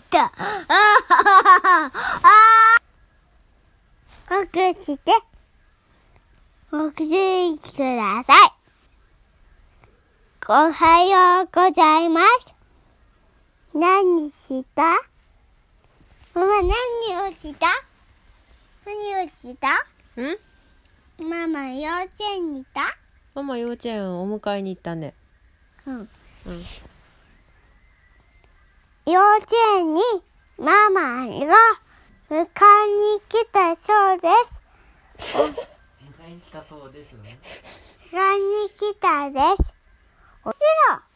た。起きて、起きてください。おはようございます。何した？ママ何をした？何をした？ママ幼稚園に行った？ ママ幼稚園お迎えに行ったね。 幼稚園にママが迎えに来たそうです。 迎えに来たそうですね。 迎えに来たです。おしろ。